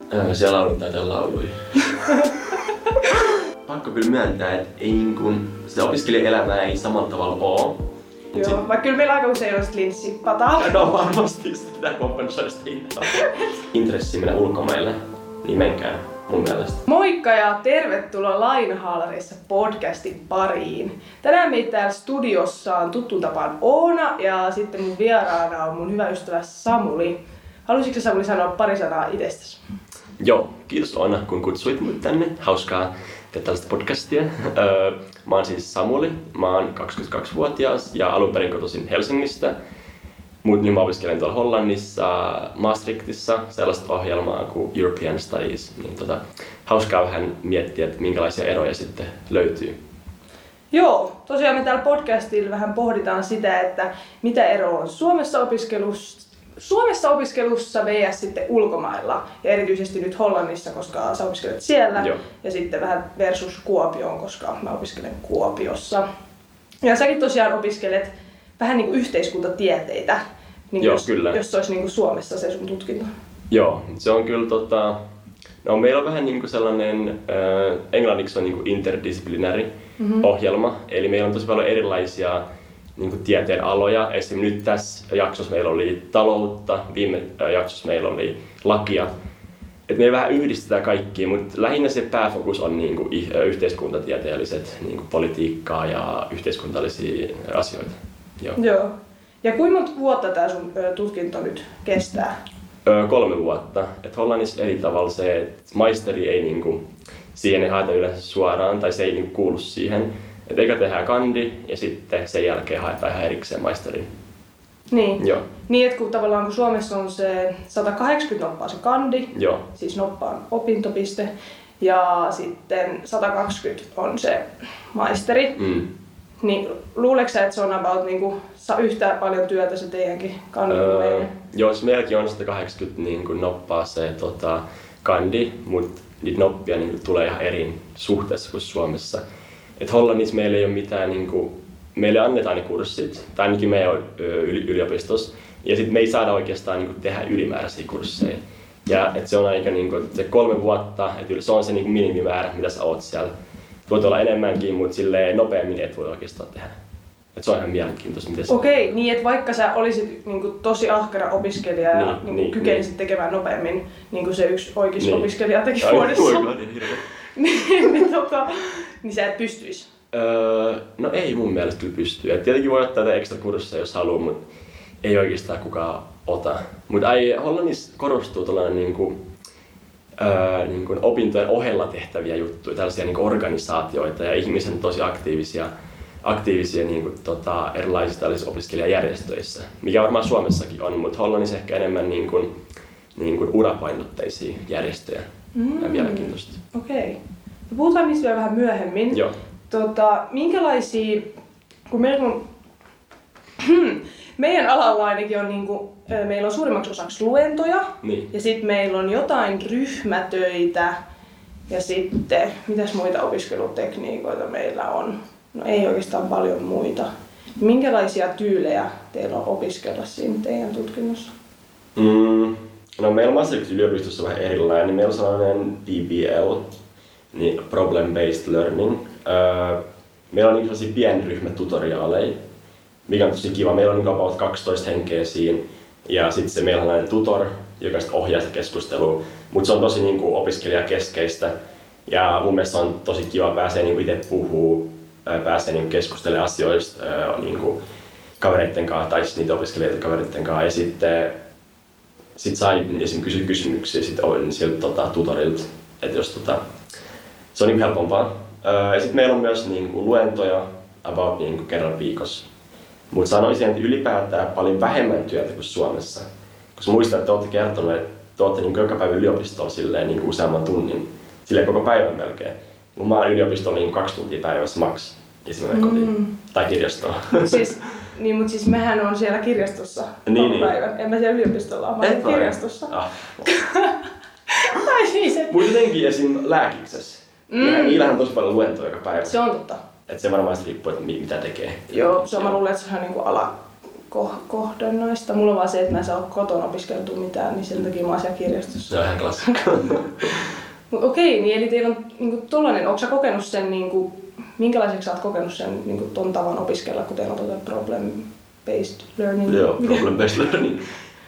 Siellä laulut taitaa lauluja. Pakko kyllä myöntää, että ei sitä opiskelijaelämää ei samalla tavalla oo. Joo, vaikka kyllä meillä aika usein on sit linssipataa. No varmasti sitä kompensoida sitä. Intressi mennä ulkomaille, niin menkää mun mielestä. Moikka ja tervetuloa Lainahaalareissa podcastin pariin. Tänään meitä täällä studiossa on tuttuun tapaan Oona ja sitten mun vieraana on mun hyvä ystävä Samuli. Haluaisitko Samuli sanoa pari sanaa itsestäsi? Joo, kiitos Oona kun kutsuit mut tänne. Hauskaa tehdä tällaista podcastia. Mä oon siis Samuli, mä oon 22-vuotias ja alun perin kotoisin Helsingistä. Mut nyt mä opiskelen tuolla Hollannissa, Maastrichtissa, sellaista ohjelmaa kuin European Studies. Niin hauskaa vähän miettiä, että minkälaisia eroja sitten löytyy. Joo, tosiaan me täällä podcastilla vähän pohditaan sitä, että mitä eroa on Suomessa opiskelussa vs. sitten ulkomailla. Ja erityisesti nyt Hollannissa, koska sä opiskelet siellä. Joo. Ja sitten vähän versus Kuopioon, koska mä opiskelen Kuopiossa. Ja säkin tosiaan opiskelet vähän niin kuin yhteiskuntatieteitä, niin Joo, kyllä. Jos se olisi niin kuin Suomessa se sun tutkinto. Joo, se on kyllä no meillä on vähän niin kuin sellainen, englanniksi on niin kuin interdisciplinary ohjelma, eli meillä on tosi paljon erilaisia niin kuin tieteen aloja. Esimerkiksi nyt tässä jaksossa meillä oli taloutta, viime jaksossa meillä oli lakia. Et me vähän yhdistetään kaikkia, mutta lähinnä se pääfokus on niin kuin yhteiskuntatieteelliset, niin kuin politiikkaa ja yhteiskunnallisia asioita. Joo. Ja kuinka monta vuotta tää sun tutkinto nyt kestää? 3 vuotta. Et Hollannissa eri tavalla se, että maisteri ei niinku, siihen ei haeta yleensä suoraan tai se ei niinku kuulu siihen. Et eka tehdään kandi ja sitten sen jälkeen haetaan ihan erikseen maisteriin. Niin. Joo. Niin, että kun tavallaan kun Suomessa on se 180 noppaa se kandi, Joo. siis noppaan opintopiste, ja sitten 120 on se maisteri. Niin luuleeko sä, että se on about niinku, yhtä paljon työtä se teidänkin kandille? Joo, meilläkin on 180 niinku noppaa se kandi, mutta niitä noppia niinku tulee ihan eri suhteessa kuin Suomessa. Et Hollannissa meillä ei ole mitään, meille annetaan ne kurssit, tai ainakin meidän yliopistossa, ja sitten me ei saada oikeastaan tehdä ylimääräisiä kursseja. Ja et se on aika se 3 vuotta, et se on se minimimäärä, mitä sä oot siellä. Voit olla enemmänkin, mutta silleen nopeammin et voi oikeastaan tehdä. Et se on ihan mielenkiintoista, miten se Okei, niin että vaikka sä olisit tosi ahkera opiskelija ja kykenisit tekemään nopeammin, niin kuin se yksi oikeus opiskelija teki vuodessa, niin sä et pystyisi? No ei mun mielestä kyllä pysty. Et tietenkin voi ottaa ekstra kursseja jos haluaa, mutta ei oikeastaan kukaan ota. Mutta Hollannissa korostuu tällainen opintojen ohella tehtäviä juttuja, tällaisia organisaatioita ja ihmiset on tosi aktiivisia erilaisissa tällaisissa opiskelijajärjestöissä, mikä varmaan Suomessakin on, mutta Hollannissa ehkä enemmän urapainotteisia järjestöjä. Mielenkiintoista. Okei. Puhutaan niistä vielä vähän myöhemmin. Joo. Minkälaisia, kun meidän alalla ainakin on meillä on suurimmaksi osaksi luentoja, niin. Ja sitten meillä on jotain ryhmätöitä ja sitten mitäs muita opiskelutekniikoita meillä on? No ei oikeastaan paljon muita. Minkälaisia tyylejä teillä on opiskella siinä teidän tutkinnossa? No meillä Maastrichtin yliopistossa vähän erilainen. Meillä on sellainen PBL, niin Problem Based Learning. Meillä on sellaisia pienryhmätutoriaaleja, mikä on tosi kiva. Meillä on about 12 henkeä siinä. Ja sitten meillä on sellainen tutor, joka ohjaa sitä keskustelua. Mutta se on tosi opiskelijakeskeistä. Ja mun mielestä on tosi kiva pääsee itse puhua, pääsee keskustelemaan asioista kavereiden kanssa tai niitä opiskelijoiden kavereiden kanssa. Ja sitten sai esimerkiksi kysyä kysymyksiä siltä tutorilta, että jos se on helpompaa. Ja sitten meillä on myös luentoja about kerran viikossa. Mutta sanoisin, että ylipäätään paljon vähemmän työtä kuin Suomessa. Koska muistan, että te olette kertonut, että te olette joka päivä yliopistolla silleen, useamman tunnin, silleen koko päivän melkein. Mä oon yliopistolla 2 tuntia päivässä maks. Ja sitten kotiin. Tai kirjastoon. Mutta siis mehän on siellä kirjastossa koko päivän. En mä siellä yliopistolla ole, mä olen kirjastossa. Mutta jotenkin esim. Lääkiksessä. Niillähän on tosi paljon luentoja joka päivä. Se on totta. Et se varmaan riippuu, että mitä tekee. Joo, mä luulen, että se on kohdannaista. Mulla on vaan se, että mä en saa kotona opiskeltua mitään, niin sen takia mä oon siellä kirjastossa. Se on ihan klassikko. Okei, niin eli teillä on niinku tollanen, ootko sä kokenut sen, niinku, minkälaiseksi sä oot kokenut sen niinku, ton tavan opiskella, kun teillä on problem-based learning? Joo, problem-based learning.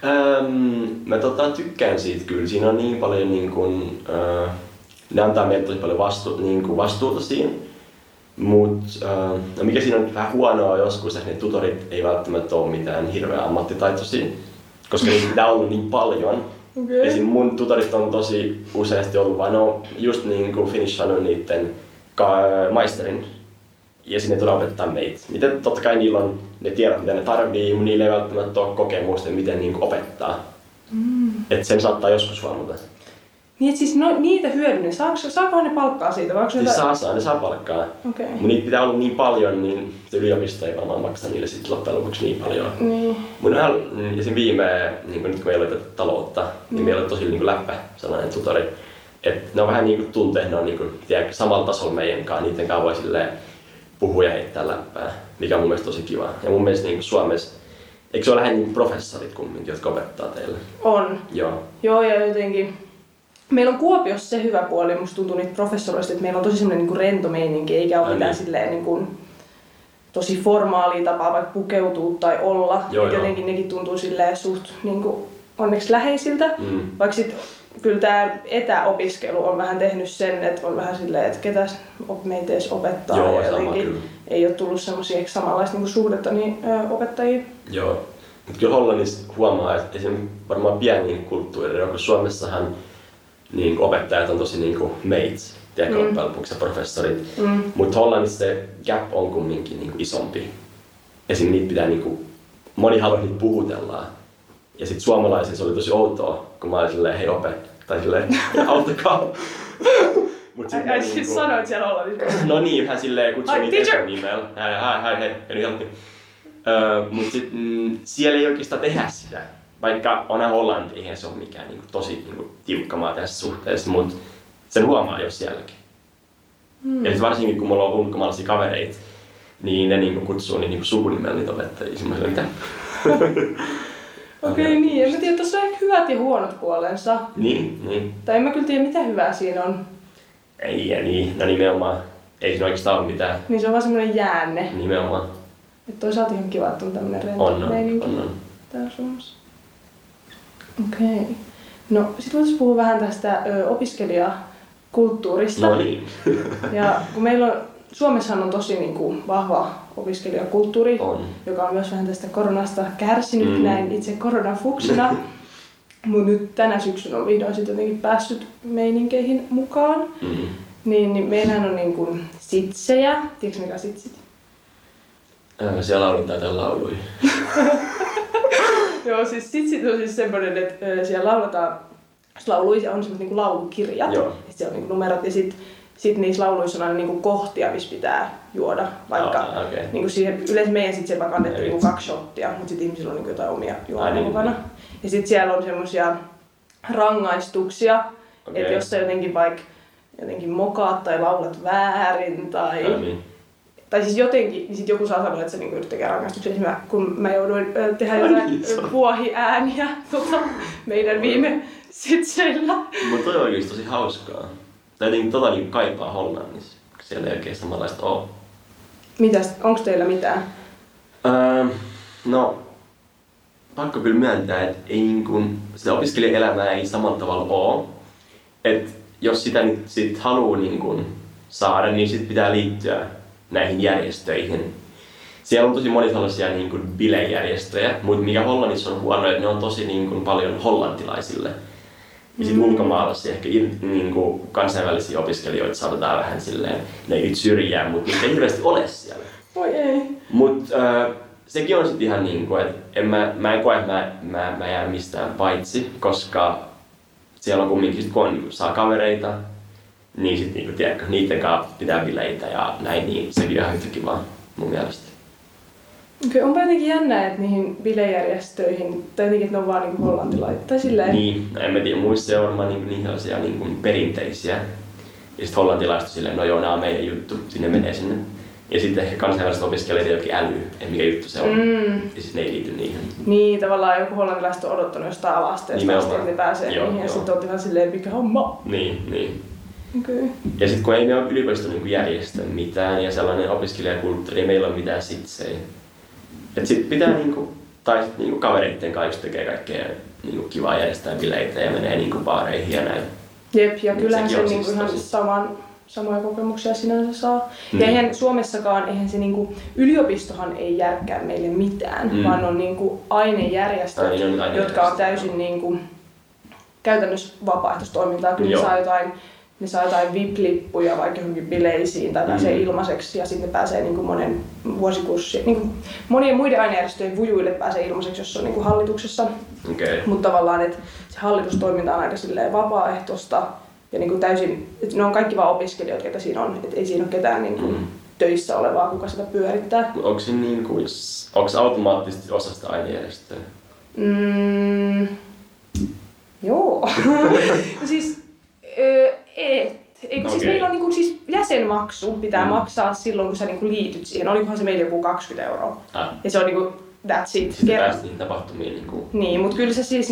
Mä tykkään siitä kyllä. Siinä on niin paljon niin kun, ne antaa meille tosi paljon vastuuta siinä. Mut no mikä siinä on vähän huonoa joskus, että ne tutorit ei välttämättä ole mitään hirveän ammattitaitoisia, koska niitä pitää olla niin paljon. Okay. Esim. Mun tutorit on tosi useasti ollut vaan just niin kuin finishannut niitten maisterin ja sinne tulee opettaa meitä. Miten totta kai niillä on ne tiedot, mitä ne tarvii, mutta niillä ei välttämättä ole kokemusta, miten niin kuin opettaa. Et sen saattaa joskus huomata. Niin et siis niitä hyödynnä, saako ne palkkaa siitä? Vai siis ne saa palkkaa. Okay. Mutta niitä pitää olla niin paljon, niin se yliopisto ei varmaan maksa niille sit loppujen lopuksi niin paljon. Niin. Mutta esim. Viime, niin nyt kun meillä oli tätä taloutta, niin meillä oli tosi niin läppä sellainen tutori. Et ne on vähän niin kuin tuntee, ne on niin kuin, tiedätkö, samalla tasolla meidän kanssa, niiden kanssa voi silleen puhua ja heittää läppää, mikä on mun mielestä tosi kiva. Ja mun mielestä niin Suomessa, eikö se ole lähinnä niin professorit kumminkin, jotka opettaa teille? On. Joo. Joo, ja jotenkin meillä on Kuopiossa se hyvä puoli, musta tuntuu niitä professoreista, että meillä on tosi semmoinen niin rento meininki, eikä ole mitään silleen niin kuin, tosi formaalia tapaa vaikka pukeutua tai olla. Joo, jotenkin nekin tuntuu silleen suht niin kuin, onneksi läheisiltä. Vaikka sit kyllä tää etäopiskelu on vähän tehnyt sen, että on vähän silleen, että ketäs meitä edes opettaa. Joo, ja jotenkin ei ole tullut semmosia samanlaista niin suhdetta niin, opettajia. Joo. Mutta kyllä Hollannissa huomaa, että esimerkiksi varmaan pieni kulttuuri, kun Suomessahan niin opettajat on tosi niin mates, tiedätkö, loppujen lopuksi professorit. Mutta Hollannissa se gap on kumminkin niin isompi. Esim. Niitä pitää, niin moni haluaa niitä puhutella. Ja sit suomalaisilla se oli tosi outoa, kun mä olin silleen, hei tai silleen, auttakaa. Ai siis sanoit siellä Hollannissa? No niin, vähän silleen kutsuin niitä etunimellä. Hei, nyt helppi. Mut sit siellä ei oikeastaan tehdä sitä. Vaikka onhan Hollanti, eihän se ole mikään niin tosi niin tiukka maa tässä suhteessa, mutta sen huomaa jo sielläkin. Ja varsinkin kun mulla on ulkomaalaisia kavereita, niin ne niin kutsuu niin sukunimellä niitä opettajia. Mitä? Okei, niin. En mä tiedä, tuossa on ehkä hyvät ja huonot puolensa. Niin. Tai en mä kyllä tiedä, mitä hyvää siinä on. Ei, no nimenomaan. Ei siinä oikeastaan ole mitään. Niin se on vaan semmoinen jäänne. Nimenomaan. Et toisaalta ihan kiva, että on tämmönen rento meininki täällä Suomessa. Okei. No sit voitaisiin puhua vähän tästä opiskelijakulttuurista. No niin. Ja kun meillä on, Suomessahan on tosi niin kuin vahva opiskelijakulttuuri, joka on myös vähän tästä koronasta kärsinyt näin itse koronafuksina. Mutta nyt tänä syksynä on vihdoin sitten jotenkin päässyt meininkeihin mukaan. Niin meillähän on niin kuin sitsejä. Tiedätkö mikä on sitsit? Siellä lauletaan jotain lauluja. Joo, siis sitsit on siis semmoinen, että siellä lauletaan lauluja, on semmoiset niinku laulukirjat. Joo. Siellä on niinku numerot ja sit niissä lauluissa on aina niinku kohtia, missä pitää juoda. Vaikka niinku siihen, yleensä meidän sit siellä vaikka annettiin niinku 2 shottia, mutta sit ihmisillä on niinku jotain omia juomia mukana. Ja sit siellä on semmosia rangaistuksia, että jos sä jotenkin vaikka mokaat tai laulat väärin tai siis jotenkin, niin sit joku saa sanoa, että se niinku tekee rangaistuksen. Kun mä jouduin tehdä jotain vuohiääniä meidän viime sitseillä. Mutta toi on oikeesti tosi hauskaa. Tai jotenkin niin kaipaa Hollannissa, koska siellä ei oikein samanlaista oo. Mitäs? Onks teillä mitään? No, pakko kyllä myöntää, että ei sitä opiskelijaelämää ei samalla tavalla oo. Et jos sitä nyt sit haluu saada, niin sit pitää liittyä näihin järjestöihin. Siellä on tosi moni sellaisia bilejärjestöjä, mutta mikä Hollannissa on huono, että ne on tosi paljon hollantilaisille. Ja sitten ulkomaalaisia, ehkä kansainvälisiä opiskelijoita saadaan vähän silleen, ne ei nyt syrjää, mutta niitä ei hirveästi ole siellä. Oi ei. Mutta sekin on sitten ihan että mä en koe, että mä jään mistään paitsi, koska siellä on kumminkin, kun saa kavereita, niin sit tiedätkö, niiden kanssa pitää bileitä ja näin, niin sekin on ihan yhtä kivaa mun mielestä. Okei, onpa jotenkin jännää, että niihin bilejärjestöihin, tai jotenkin, että ne on vaan hollantilaisia, tai silleen. Niin, en mä tiedä, muissa se on varmaan niin sellaisia perinteisiä. Ja sit hollantilaiset silleen, no joo, nää on meidän juttu, sinne menee sinne. Ja sitten ehkä kansainväliset opiskelijat jokin äly, että mikä juttu se on. Ja siis ne ei liity niihin. Niin, tavallaan joku hollantilaiset on odottanut jostain ala-asteesta asti, että ne pääsee niihin. Ja sitten on ihan silleen, mikä homma. Niin. Okay. Ja sitten kun ei me ole yliopisto niin järjestä mitään ja sellainen opiskelijakulttuuri, ei meillä ole mitään sitsejä. Että sit pitää tai sit kavereitten kanssa tekee kaikkea kivaa järjestää bileitä ja menee baareihin ja näin. Jep, ja kyllähän se ihan samoja kokemuksia sinänsä saa. Ja eihän Suomessakaan, yliopistohan ei järkkää meille mitään, vaan on ainejärjestöt, jotka on täysin käytännössä vapaaehtoistoimintaa. Kyllä ne saa jotain VIP-lippuja vaikka johonkin bileisiin tai pääsee ilmaiseksi ja sitten ne pääsee monen vuosikurssiin. Monien muiden ainejärjestöjen vujuille pääsee ilmaiseksi, jos on hallituksessa. Okay. Mutta tavallaan, että se hallitustoiminta on aika vapaaehtoista ja täysin, että ne on kaikki vaan opiskelijoita, ketä siinä on. Että ei siinä ole ketään töissä olevaa, kuka sitä pyörittää. Onko se automaattisesti osa sitä ainejärjestöä? Joo. Siis siis meillä on siis jäsenmaksu pitää maksaa silloin, kun sä liityt siihen. Olikohan se meillä joku 20 €. Ja se on that's it. Sitten päästä niihin tapahtumiin. Niin, mutta kyllä sä siis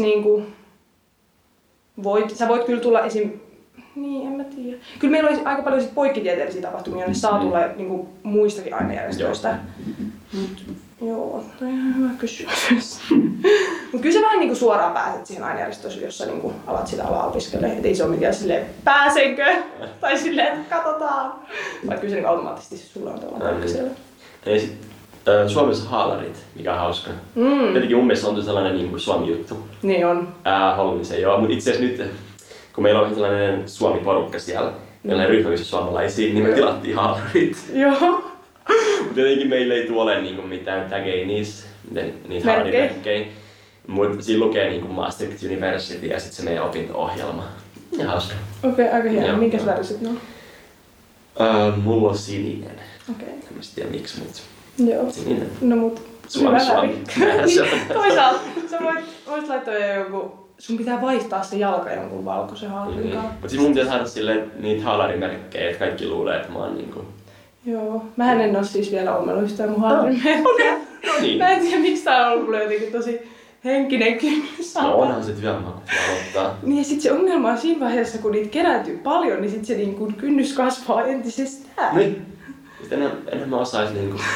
sä voit kyllä tulla niin, en mä tiedä. Kyllä meillä oli aika paljon poikkitieteellisiä tapahtumia, joille saa tulla muistakin ainejärjestöistä. Joo, no ihan hyvä kysymys. Mutta kyllä sä vähän suoraan pääset siihen ainejärjestöön, jossa alat sitä alaa opiskelemaan. Et ei se ole mikään silleen, pääsenkö? Tai silleen, että katsotaan. Vai kyllä se automaattisesti sulla on tavallaan paikka siellä. Ja sit Suomessa haalarit, mikä on hauska. Jotenkin mun mielestä on sellainen Suomi-juttu. Niin on. Hollannissa ei ole, mutta itse asiassa nyt, kun meillä on sellainen Suomi-porukka siellä, meillä on ryhmä, missä suomalaisia, niin me tilattiin haalarit. Joo. Mutta jotenkin meillä ei ole mitään tägejä niissä haalarimerkkejä. Mutta siinä lukee Maastricht University ja sitten se meidän opinto-ohjelma. Ja hauska. Okei, aika hieno. Minkäs väriset ne on? Mulla on sininen. Okei. En mä tiedä miksi, mutta joo. Sininen. No mut Suomi. Toisaalta sä voit laittaa joku, sun pitää vaihtaa se jalka jonkun valkoisen haalarin kanssa. Mutta siis mun pitää saada silleen niitä haalarimerkkejä, että kaikki luulee, että mä oon Joo, mähän en oo siis vielä ommellut yhtään mun haalarimerkkejä. No niin. Mä en tiedä miksi tää on ollut mulle jotenkin tosi henkinen kynnys. No onhan se työmaa, kun aloittaa. Niin ja sit se ongelma on siinä vaiheessa, kun niitä kerääntyy paljon, niin sit se kynnys kasvaa entisestään. Niin. Sitten enhän mä osais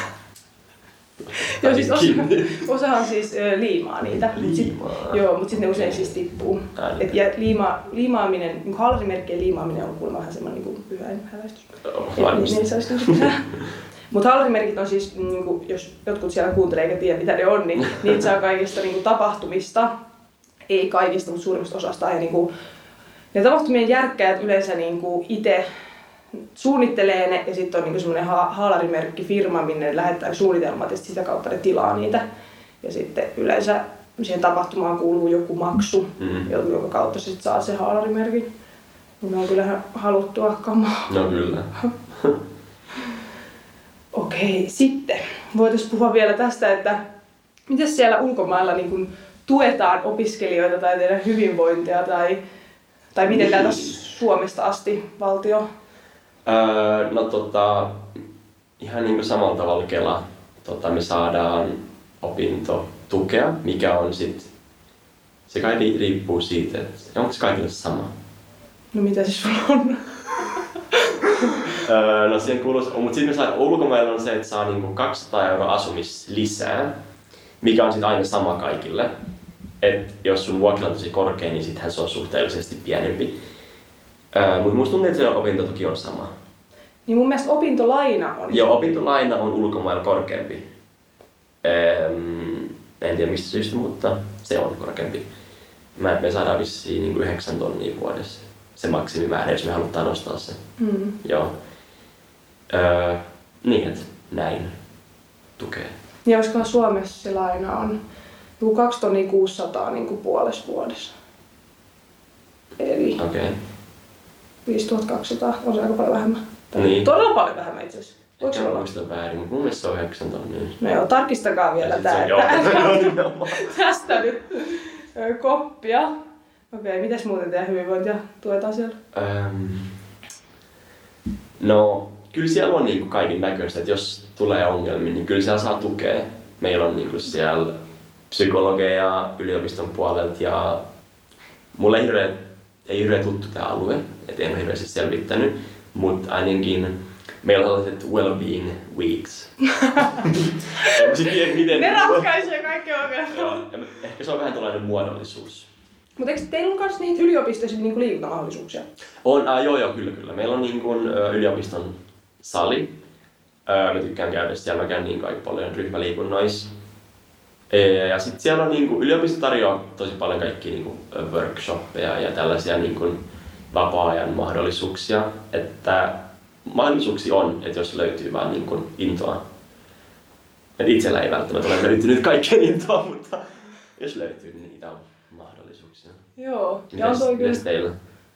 Joo, siis osahan siis liimaa niitä. Joo, mutta sitten ne usein siis tippuu. Ja liimaaminen, haalarimerkkien liimaaminen on kuulemma vähän semmoinen pyhäin häväistys. Varmasti. Niin se olisi tosi pyhä. Mutta haalarimerkit on siis, jos jotkut siellä kuuntelee eikä tiedä mitä ne on, niin niitä saa kaikista tapahtumista. Ei kaikista, mutta suurimmasta osasta. Ja ne tapahtumien järkkäjät yleensä itse suunnittelee ne ja sitten on semmoinen haalarimerkkifirma, minne ne lähettää suunnitelmat ja sitä kautta ne tilaa niitä. Ja sitten yleensä siihen tapahtumaan kuuluu joku maksu, jonka kautta sitten saa se haalarimerkin. Ne on kyllä haluttua kamaa. No kyllä. Okei, sitten voitaisiin puhua vielä tästä, että miten siellä ulkomailla tuetaan opiskelijoita tai teidän hyvinvointia tai miten täältä Suomesta asti valtio? Ihan samalla tavalla Kela. Me saadaan opintotukea, mikä on sit, se kai riippuu siitä, että onko se kaikille sama? No mitä se sulla on? No siihen kuuluu, mutta sitten me saadaan, ulkomailla on se, että saa 200 € asumislisää, mikä on sitten aina sama kaikille. Et jos sun vuokra on tosi korkea, niin sittenhän se on suhteellisesti pienempi. Mutta musta tuntuu, että se opintotuki on sama. Niin mun mielestä opintolaina on. Joo, opintolaina on ulkomailla korkeampi. En tiedä mistä syystä, mutta se on korkeampi. Me saadaan vissiin 9 000 vuodessa. Se maksimimäärä, jos me halutaan nostaa se. Joo. Niin, että näin tukee. Ja olisikohan Suomessa se laina on 2 600 puolessa vuodessa. Eli 5200 on se aika paljon vähemmän. Niin. Todella paljon vähemmän itse asiassa. Voiko se olla? Muista väärin, mutta mun mielestä se on 9 000. No joo, tarkistakaa vielä tää. Tästä nyt koppia. Okei, mitäs muuten teidän hyvinvointia tuetaan siellä? No, kyllä siellä on niinku kaiken näköistä, että jos tulee ongelmia, niin kyllä siellä saa tukea. Meillä on niinku siellä psykologeja yliopiston puolelta ja mulle ei hirveän tuttu tämä alue, et en ole hirveästi selvittänyt, mutta ainakin meillä on sellaiset well-being weeks. Ne ratkaisee kaikki ongelmat. Ehkä se on vähän tällainen muodollisuus. Mutta eikö teillä on myös niitä yliopistoissa niinku liikuntamahdollisuuksia? On, joo, kyllä. Meillä on niin kuin, yliopiston sali. Mä tykkään käydä siellä, mä käyn niin aika paljon ryhmäliikunnoissa. Ja sitten siellä on niin kuin, yliopisto tarjoaa tosi paljon kaikkia niin kuin, workshoppeja ja tällaisia niin kuin, vapaa-ajan mahdollisuuksia. Että mahdollisuuksia on, että jos löytyy vaan niin kuin, intoa. Et itsellä ei välttämättä ole löytynyt kaikkeen intoa, mutta jos löytyy, niin niitä on mahdollisuuksia. Joo. Mites teillä?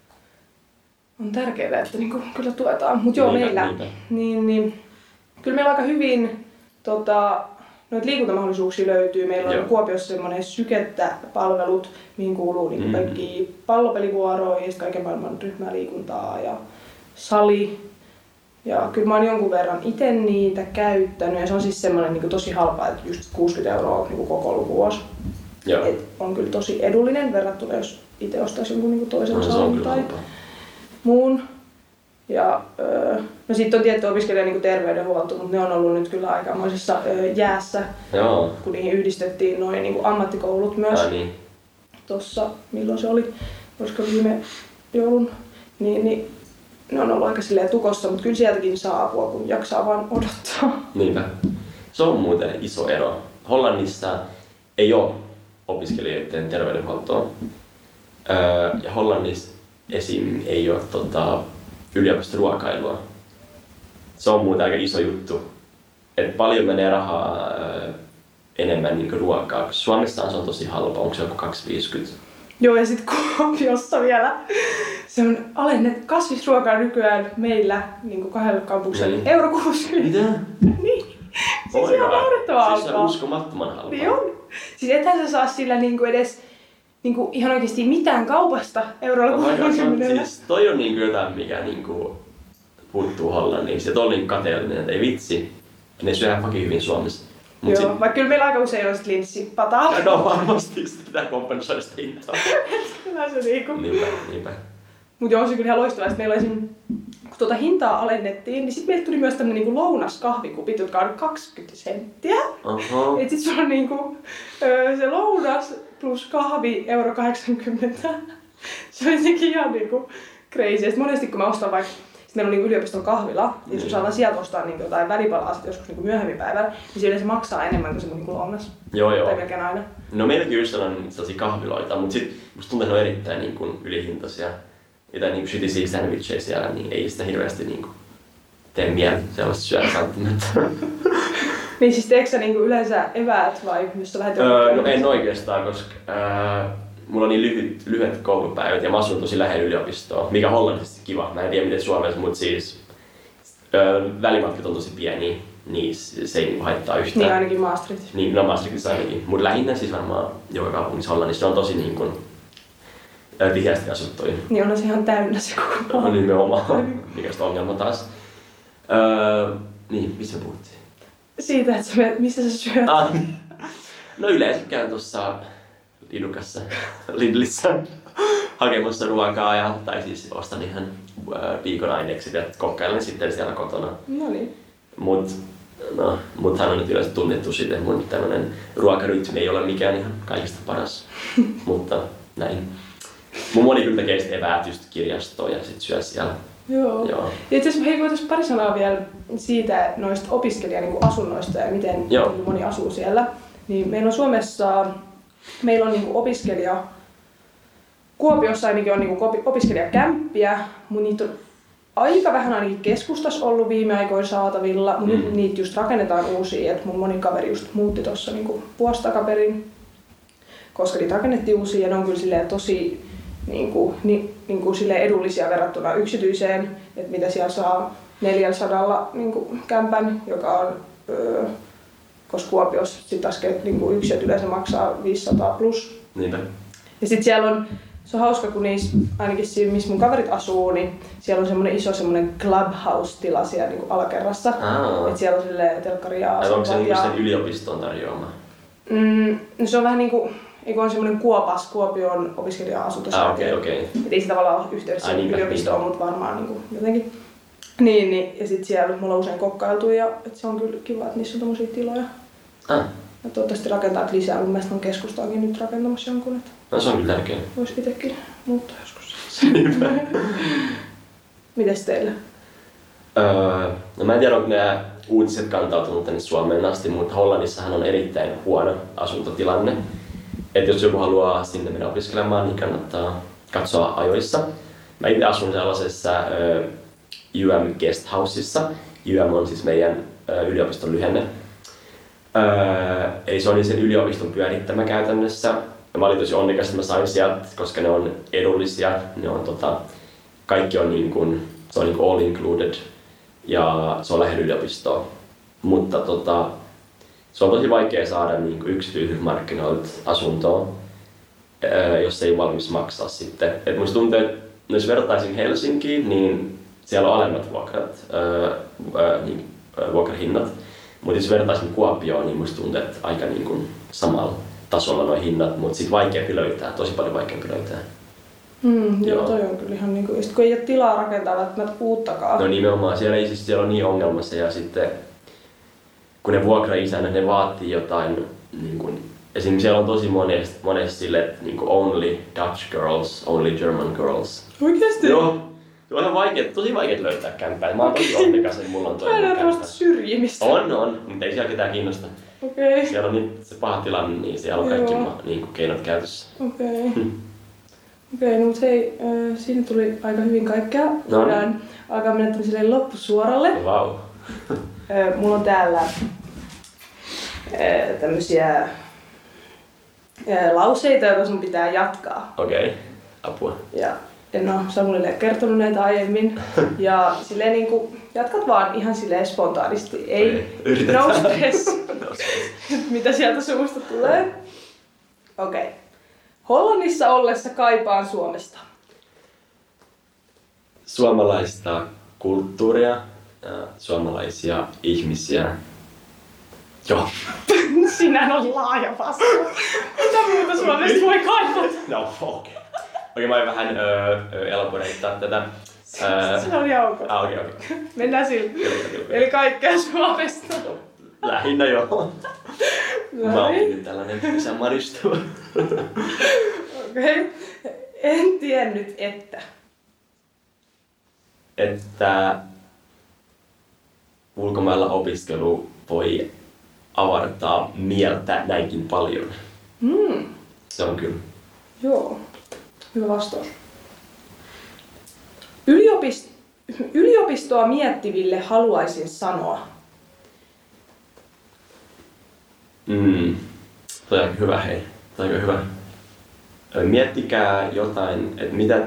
On tärkeää, että niinku kyllä tuetaan. Mutta joo, meillä niin, kyllä meillä aika hyvin noita liikuntamahdollisuuksia löytyy. Meillä on Kuopiossa semmoinen Sykettä-palvelut, mihin kuuluu niinku kaikki pallopelivuoroja ja kaiken maailman ryhmäliikuntaa ja sali. Ja kyllä mä oon jonkun verran itse niitä käyttänyt ja se on siis semmoinen niinku tosi halpa, että just 60 € niinku koko lukuvuosi. Et on kyllä tosi edullinen verrattuna, jos itse ostaisi jonkun niinku toisen salin tai muun. Ja no sitten on tietty opiskelija niinku terveydenhuolto, mutta ne on ollut nyt kyllä aikamoisessa jäässä, kun niihin yhdistettiin noin niinku ammattikoulut myös. Tossa, milloin se oli, koska viime joulun, niin ne on ollut aika silleen tukossa, mutta kyllä sieltäkin saa apua, kun jaksaa vaan odottaa. Niinpä. Se on muuten iso ero. Hollannissa ei ole opiskelijoiden terveydenhuoltoa. Ja Hollannissa esim. Ei ole yliopistoruokailua. Se on muuten aika iso juttu. Et paljon menee rahaa enemmän niin ruokaa. Suomessa se on tosi halpa, onko se joku 2,50? Joo, ja sitten Kuopiossa vielä se on alennettu kasvisruokaa nykyään meillä niin 2 kampuksella €60. Mitä? Niin. Siis ihan naurettavaa alkaa. Siis se on uskomattoman halpaa. Niin on. Siis ethän sä saa sillä niinku edes niinku ihan oikeesti mitään kaupasta €60. Siis toi on niinku jotain, mikä niinku puuttuu Hollannissa. Ja toi on niinku kateellinen, että ei vitsi. Ne syö fucking hyvin Suomessa. Joo, vaikka kyllä meillä aika usein on sit linssipataa. No varmasti sitä pitää kompensoida sitä hintaa. Kyllä se niinku. Niinpä. Mut joo, se kyllä ihan loistavaa. Meillä oli kun hintaa alennettiin, niin sitten meille tuli myös tämmönen niinku lounaskahvikupit, jotka on 20 senttiä. Et sit sulla on niinku se lounas plus kahvi €80. Se on jotenkin ihan niinku crazy. Monesti kun mä ostan vaikka, meillä on niinku yliopiston kahvila, ja jos saadaan sieltä ostaa niinku jotain välipalaa sit joskus niinku myöhemmin päivällä, niin se yleensä maksaa enemmän kuin se niinku lounas. Joo. Tai melkein aina. No meilläkin just on sellaisia kahviloita, mutta sit musta tuntuu, että ne on erittäin niinku ylihintaisia. Jotain niinku shitisiä sandwicheja siellä, niin ei sitä hirveästi niinku tee mieli sellaista syödä välttämättä. Niin siis teetkö sä niinku yleensä eväät vai mistä lähdet No en oikeastaan, koska mulla on niin lyhyet koulupäivät ja mä asun tosi lähellä yliopistoa, mikä on Hollannissa kiva. Mä en tiedä miten Suomessa, mutta siis välimatkat on tosi pieniä, niin se ei niinku haittaa yhtään. Niin ainakin Maastrichtissa. Niin, no Maastrichtissa ainakin. Mutta lähinnä siis varmaan joka kaupungissa Hollannissa on tosi niin kuin tiheästi asuttuja. Niin on se ihan täynnä se koko maa. Nimenomaan. Mikä sitä ongelma taas. Niin, missä puhuttiin? Siitä, että missä sä syöt. No yleensä käyn tuossa Lidlissä hakemassa ruokaa tai siis ostan ihan viikon ainekset ja kokkailen sitten siellä kotona. No niin. Muthan on nyt yleensä tunnettu siitä, että mun tämmönen ruokarytmi ei ole mikään ihan kaikista paras. Mutta näin. Mun moni kyllä tekee sitten eväät just kirjastoon ja sit syö siellä. Joo. Ja itse asiassa voitaisiin pari sanaa vielä siitä noista opiskelija-asunnoista ja miten moni asuu siellä. Niin meillä on Suomessa niinku opiskelija, Kuopiossa ainakin on niinku opiskelijakämppiä, mutta niitä on aika vähän ainakin keskustassa ollut viime aikoina saatavilla, mutta nyt niitä just rakennetaan uusia, että mun moni kaveri just muutti tuossa niinku vuosi takaperin, koska niitä rakennettiin uusia ja ne on kyllä silleen tosi niinku silleen edullisia verrattuna yksityiseen, että mitä siellä saa 400 niinku kämpän, joka on koska Kuopiossa sit taas niinku yksiöt yleensä maksaa 500 plus. Niinpä. Ja sit siellä on se on hauska, kun niissä, ainakin siinä, missä mun kaverit asuu, niin siellä on semmoinen iso clubhouse-tila siellä niin kuin alakerrassa. Että siellä on silleen telkkari ja onko se niinku sen yliopiston tarjoama? No se on vähän niinku, eikö on semmoinen Kuopion opiskelija-asunto. Okei. Et ei se tavallaan ole yhteydessä yliopistoon, mutta varmaan niinku jotenkin. Niin, ja sit siellä mulla on usein kokkailtu ja et se on kyllä kiva, että niissä on tommosia tiloja. Ja toivottavasti rakentaa lisää. Mun mielestä on keskustaankin nyt rakentamassa jonkun. Että no se on kyllä tärkeää. Vois itekin muuttaa joskus. Mites teillä? No mä en tiedä, onko nämä uutiset kantautunut tänne Suomeen asti, mutta Hollannissahan on erittäin huono asuntotilanne. Että jos joku haluaa sinne mennä opiskelemaan, niin kannattaa katsoa ajoissa. Mä itse asun sellaisessa UM Guest Houseissa. UM on siis meidän yliopiston lyhenne. Eli se on sen yliopiston pyörittämä käytännössä. Mä olin tosi onnekas, että mä sain sieltä, koska ne on edullisia. Ne on, kaikki on niin kuin, se on niin kuin all included ja se on lähellä yliopistoa. Mutta se on tosi vaikea saada niin kuin yksityismarkkinoilta asuntoa, jos ei valmis maksaa sitten. Et musta tuntuu, että jos vertaisin Helsinkiin, niin siellä on alemmat vuokrahinnat. Mutta jos vertaisin Kuopioon, niin musta tuntuu, että aika niin kuin samalla tasolla nuo hinnat, mutta sitten vaikeampi löytää, tosi paljon vaikeampi löytää. Joo, toi on kyllä ihan niinku, kun ei ole tilaa rakentaa välttämättä uuttakaan. No nimenomaan, siellä on niin ongelmassa ja sitten kun ne vuokraisännät, ne vaatii jotain, niin kun, esimerkiksi siellä on tosi monesti sille, että niin only Dutch girls, only German girls. Oikeesti? Joo. On tosi vaikea löytää kämppää. Mä oon tosi onnekas, että mulla on toinen kämppä. Syrjimistä. On, mutta ei siellä ketään kiinnosta. Okei. Siellä on niin, se paha tilanne, niin siellä on kaikki niin keinot käytössä. Okei, no mut hei, siinä tuli aika hyvin kaikkea. Voidaan alkaa mennä tämmöiselle loppusuoralle. Wow. Mulla on täällä tämmösiä lauseita, joita sun pitää jatkaa. Okei, apua. Ja en oo Samulille kertonut näitä aiemmin. Ja silleen niinku, jatkat vaan ihan silleen spontaanisti. Ei no stress. Mitä sieltä suusta tulee. Okei. Hollannissa ollessa kaipaan Suomesta. Suomalaista kulttuuria ja suomalaisia ihmisiä. Joo. Sinä on laaja vastaus. Mitä muuta Suomesta voi kaipata? No okei. Okei, mä voin vähän elaboreittaa tätä. Se oli jauko. Okei. Mennään sillä. Eli kaikkea Suomesta. Lähinnä joo. Mä oon nyt tällainen isämaristuva. Okei. En tiennyt, että ulkomailla opiskelu voi avartaa mieltä näinkin paljon. Se on kyllä. Joo. Hyvä vastaus. Yliopistoa miettiville haluaisin sanoa. Toi on hyvä, hei. Toi on hyvä. Miettikää jotain, että mitä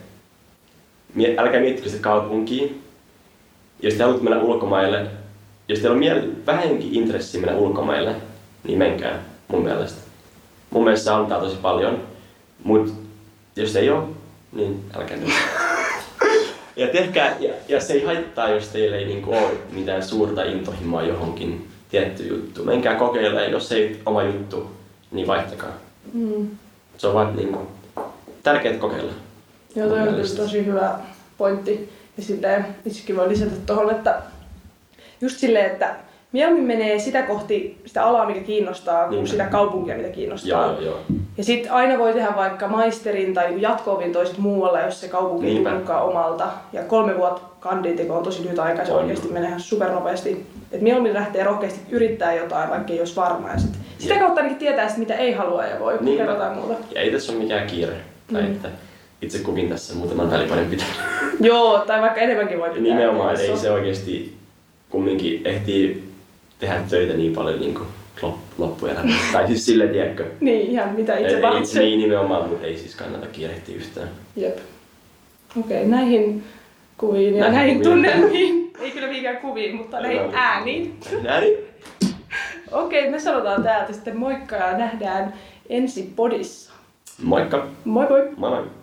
älkää miettikö sitä kaupunkiin. Jos te haluatte mennä ulkomaille, jos teillä on vähänkin intressiä mennä ulkomaille, niin menkää mun mielestä. Mun mielestä se antaa tosi paljon, mutta jos ei oo, niin älkää mennä. Ja tehkää, ja se ei haittaa, jos teillä ei niinku ole mitään suurta intohimoa johonkin tiettyyn juttuun. Menkää kokeilemaan, jos ei oma juttu, niin vaihtakaa. Se on vaan niinku tärkeää kokeilla. Joo, toi on kyllä tosi hyvä pointti. Ja silleen itsekin voi lisätä tohon, että just silleen, että mieluummin menee sitä kohti sitä alaa, mikä kiinnostaa, kuin sitä kaupunkia, mitä kiinnostaa. Joo. Ja sit aina voi tehdä vaikka maisterin tai jatko-opintoisit muualla, jos se kaupunki ei tunnukaan omalta. Ja 3 vuotta kanditeko on tosi lyhyt aika, se oikeesti menee ihan supernopeasti. Et mieluummin lähtee rohkeasti yrittää jotain, vaikka ei olisi varma. Ja sitä kautta ainakin tietää, mitä ei halua ja voi kokeilla jotain muuta. Ja ei tässä ole mikään kiire. Tai että itse kukin tässä muutaman välipainen pitää. Joo, tai vaikka enemmänkin voi pitää. Nimenomaan, ei se oikeesti kumminkin ehtii tehdä töitä niin paljon niin kuin loppuelämässä. Tai siis silleen, tiedätkö? Niin, ihan mitä itse valitsee. Niin nimenomaan, mutta ei siis kannata kiirehtiä yhtään. Jep. Okei, näihin kuviin ja näihin tunnelmiin. Ei kyllä mikään kuviin, mutta näihin ääniin. Okei, me sanotaan täältä sitten moikka ja nähdään ensi podissa. Moikka! Moi moi! Moi moi!